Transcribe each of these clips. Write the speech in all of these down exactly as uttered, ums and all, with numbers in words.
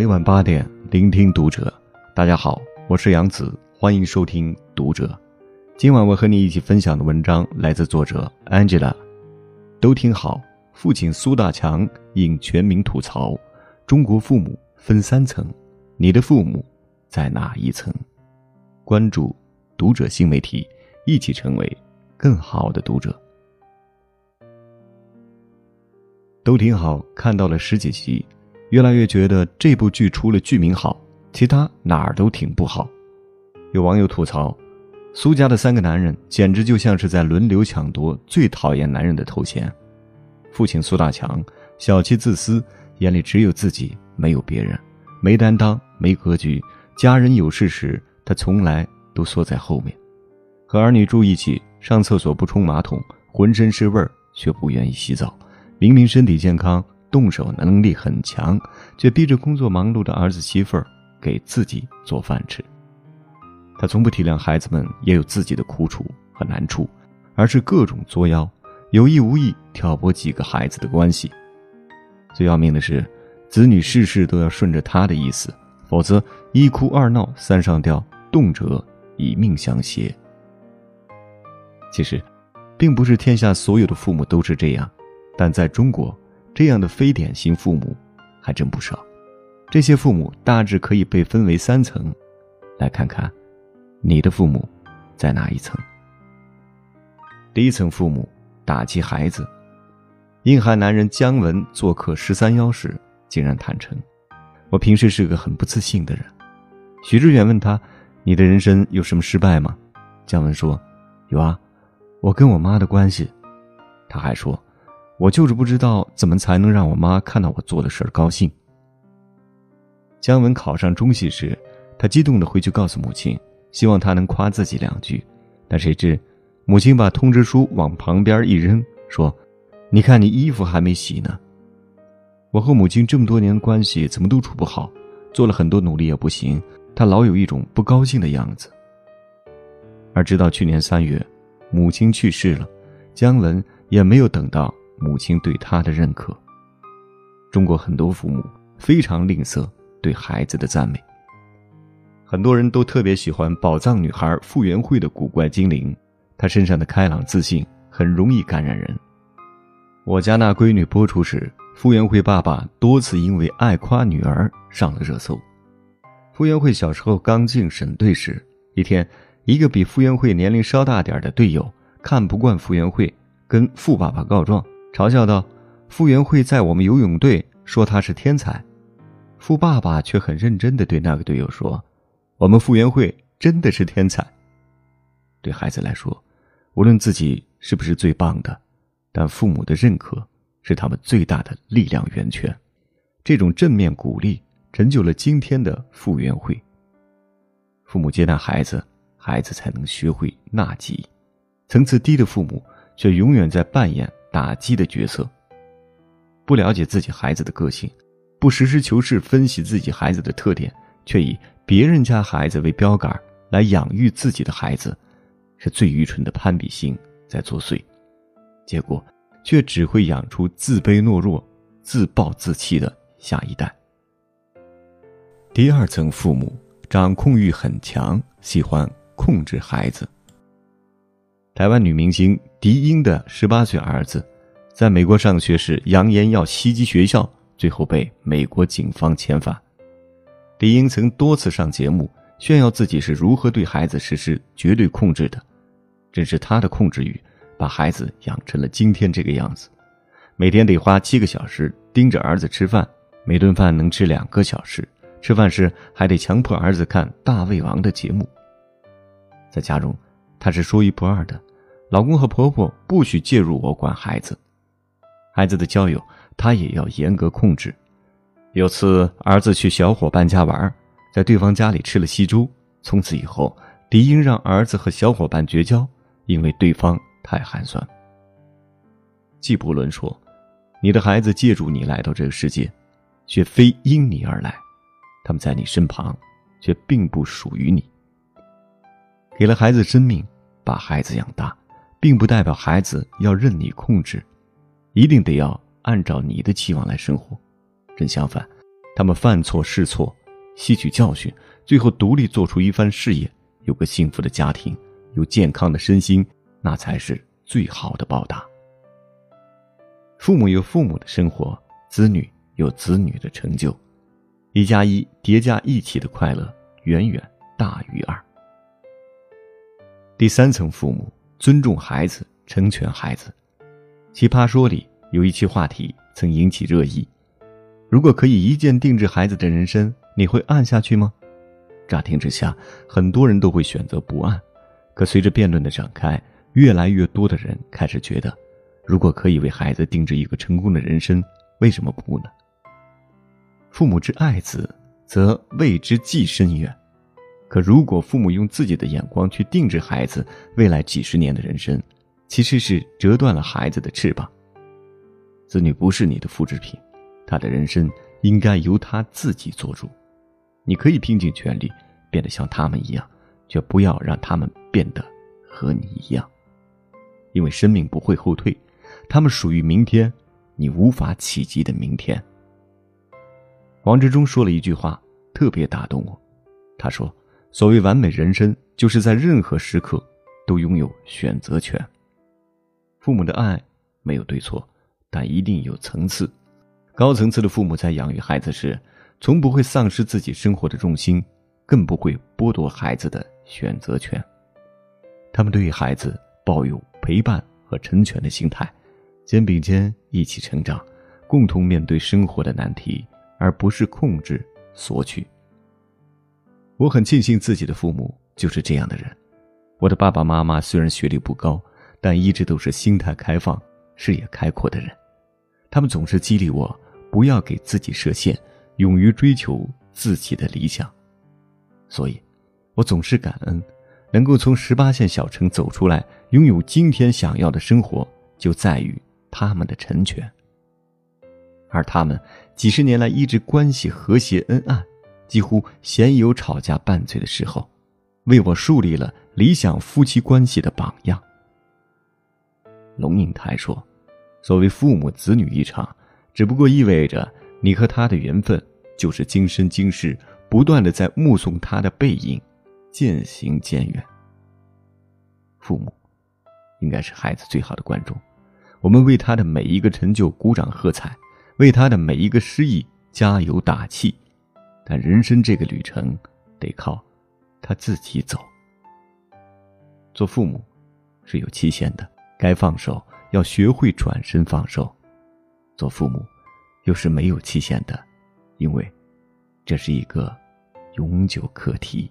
每晚八点，聆听读者。大家好，我是杨子，欢迎收听读者。今晚我和你一起分享的文章来自作者 Angela。 都听好，父亲苏大强应全民吐槽，中国父母分三层，你的父母在哪一层？关注读者新媒体，一起成为更好的读者。都挺好看到了十几集，越来越觉得这部剧除了剧名好，其他哪儿都挺不好。有网友吐槽，苏家的三个男人简直就像是在轮流抢夺最讨厌男人的头衔。父亲苏大强小气自私，眼里只有自己，没有别人，没担当，没格局，家人有事时他从来都缩在后面。和儿女住一起，上厕所不冲马桶，浑身是味儿却不愿意洗澡，明明身体健康，动手能力很强，却逼着工作忙碌的儿子媳妇儿给自己做饭吃。他从不体谅孩子们也有自己的苦楚和难处，而是各种作妖，有意无意挑拨几个孩子的关系。最要命的是，子女事事都要顺着他的意思，否则一哭二闹三上吊，动辄以命相挟。其实并不是天下所有的父母都是这样，但在中国，这样的非典型父母还真不少。这些父母大致可以被分为三层，来看看你的父母在哪一层。第一层父母打击孩子。硬汉男人姜文做客十三邀时竟然坦诚，我平时是个很不自信的人。许知远问他，你的人生有什么失败吗？姜文说，有啊，我跟我妈的关系。他还说，我就是不知道怎么才能让我妈看到我做的事儿高兴。姜文考上中戏时，他激动地回去告诉母亲，希望他能夸自己两句，但谁知母亲把通知书往旁边一扔，说，你看你衣服还没洗呢。我和母亲这么多年的关系怎么都处不好，做了很多努力也不行，她老有一种不高兴的样子。而直到去年三月，母亲去世了，姜文也没有等到母亲对他的认可。中国很多父母非常吝啬对孩子的赞美。很多人都特别喜欢宝藏女孩傅园慧的古怪精灵，她身上的开朗自信很容易感染人。我家那闺女播出时，傅园慧爸爸多次因为爱夸女儿上了热搜。傅园慧小时候刚进省队时，一天一个比傅园慧年龄稍大点的队友看不惯傅园慧，跟傅爸爸告状，嘲笑道，傅园慧在我们游泳队说她是天才。傅爸爸却很认真地对那个队友说，我们傅园慧真的是天才。对孩子来说，无论自己是不是最棒的，但父母的认可是他们最大的力量源泉。这种正面鼓励成就了今天的傅园慧。父母接纳孩子，孩子才能学会纳吉。层次低的父母却永远在扮演打击的角色，不了解自己孩子的个性，不实事求是分析自己孩子的特点，却以别人家孩子为标杆来养育自己的孩子，是最愚蠢的攀比心在作祟，结果却只会养出自卑懦弱、自暴自弃的下一代。第二层父母掌控欲很强，喜欢控制孩子。台湾女明星狄英的十八岁儿子在美国上学时扬言要袭击学校，最后被美国警方遣返。狄英曾多次上节目炫耀自己是如何对孩子实施绝对控制的，正是他的控制欲把孩子养成了今天这个样子。每天得花七个小时盯着儿子吃饭，每顿饭能吃两个小时，吃饭时还得强迫儿子看大胃王的节目。在家中，她是说一不二的，老公和婆婆不许介入我管孩子。孩子的交友，她也要严格控制。有次儿子去小伙伴家玩，在对方家里吃了稀粥，从此以后，狄英让儿子和小伙伴绝交，因为对方太寒酸。纪伯伦说，你的孩子借助你来到这个世界，却非因你而来，他们在你身旁，却并不属于你。给了孩子生命，把孩子养大，并不代表孩子要任你控制，一定得要按照你的期望来生活。正相反， 他们犯错试错，吸取教训，最后独立做出一番事业，有个幸福的家庭，有健康的身心，那才是最好的报答。父母有父母的生活，子女有子女的成就，一加一叠加一起的快乐远远大于二。第三层父母，尊重孩子，成全孩子。奇葩说里有一期话题曾引起热议，如果可以一键定制孩子的人生，你会按下去吗？乍听之下，很多人都会选择不按，可随着辩论的展开，越来越多的人开始觉得，如果可以为孩子定制一个成功的人生，为什么不呢？父母之爱子，则为之计深远。可如果父母用自己的眼光去定制孩子未来几十年的人生，其实是折断了孩子的翅膀。子女不是你的复制品，他的人生应该由他自己做主。你可以拼尽全力变得像他们一样，却不要让他们变得和你一样。因为生命不会后退，他们属于明天，你无法企及的明天。王志忠说了一句话，特别打动我。他说，所谓完美人生，就是在任何时刻都拥有选择权。父母的爱没有对错，但一定有层次。高层次的父母在养育孩子时，从不会丧失自己生活的重心，更不会剥夺孩子的选择权。他们对于孩子抱有陪伴和成全的心态，肩并肩一起成长，共同面对生活的难题，而不是控制索取。我很庆幸自己的父母就是这样的人。我的爸爸妈妈虽然学历不高，但一直都是心态开放、视野开阔的人。他们总是激励我不要给自己设限，勇于追求自己的理想。所以我总是感恩，能够从十八线小城走出来，拥有今天想要的生活，就在于他们的成全。而他们几十年来一直关系和谐恩爱，几乎鲜有吵架拌嘴的时候，为我树立了理想夫妻关系的榜样。龙应台说，所谓父母子女一场，只不过意味着你和他的缘分就是今生今世不断地在目送他的背影渐行渐远。父母应该是孩子最好的观众，我们为他的每一个成就鼓掌喝彩，为他的每一个失意加油打气，但人生这个旅程得靠他自己走。做父母是有期限的，该放手要学会转身放手。做父母又是没有期限的，因为这是一个永久课题。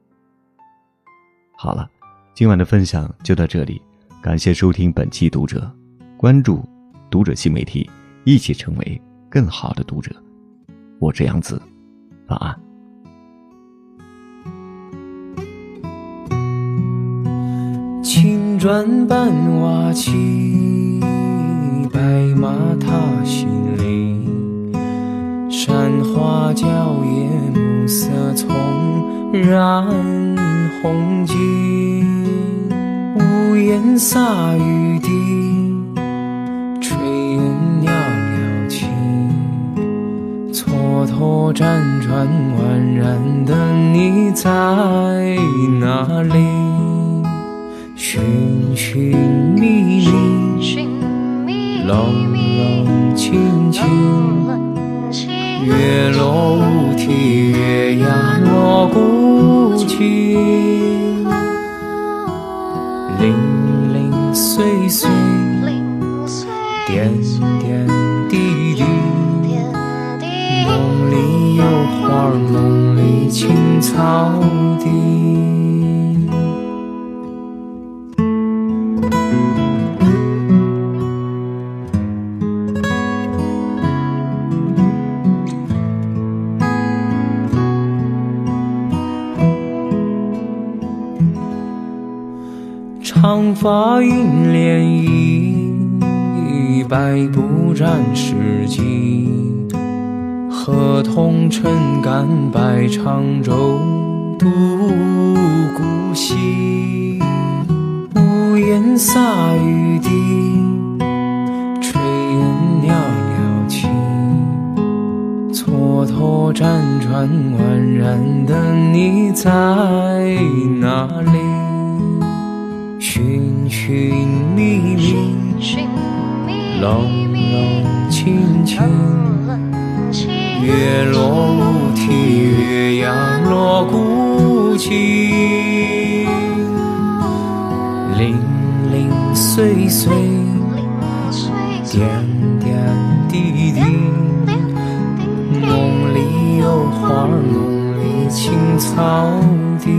好了，今晚的分享就到这里，感谢收听本期读者，关注读者新媒体，一起成为更好的读者。我是杨子，晚安。 青砖伴瓦漆，白马踏新林，山花娇叶暮色葱染红巾，屋檐洒雨滴，炊烟袅袅起，蹉跎辗转宛然的你在哪里？寻寻觅觅，冷冷清清，月落乌啼，月牙落孤井，零零碎碎，点点滴滴，梦里有花，梦里青草地。长发映涟漪，百步斩世纪，河童撑杆摆长舟，渡孤溪。屋檐洒雨滴，炊烟袅袅起，蹉跎宛然的你在哪里？寻寻觅觅，冷冷清清，月落乌啼，月牙落孤井，零零碎碎，点点滴滴，梦里有花，梦里青草地。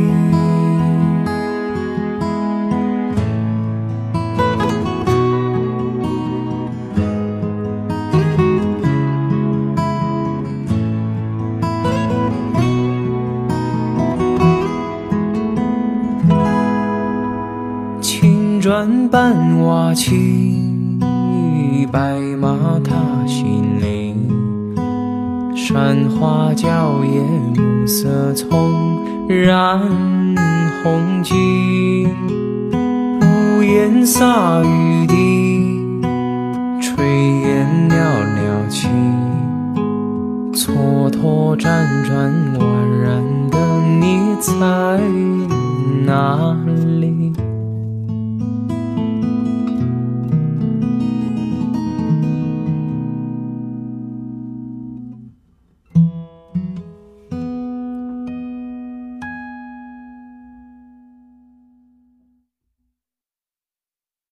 青砖伴瓦漆，白马踏新林，山花娇艳，暮色葱染红巾。屋檐洒雨滴，炊烟袅袅起，蹉跎辗转，宛然的你在哪里？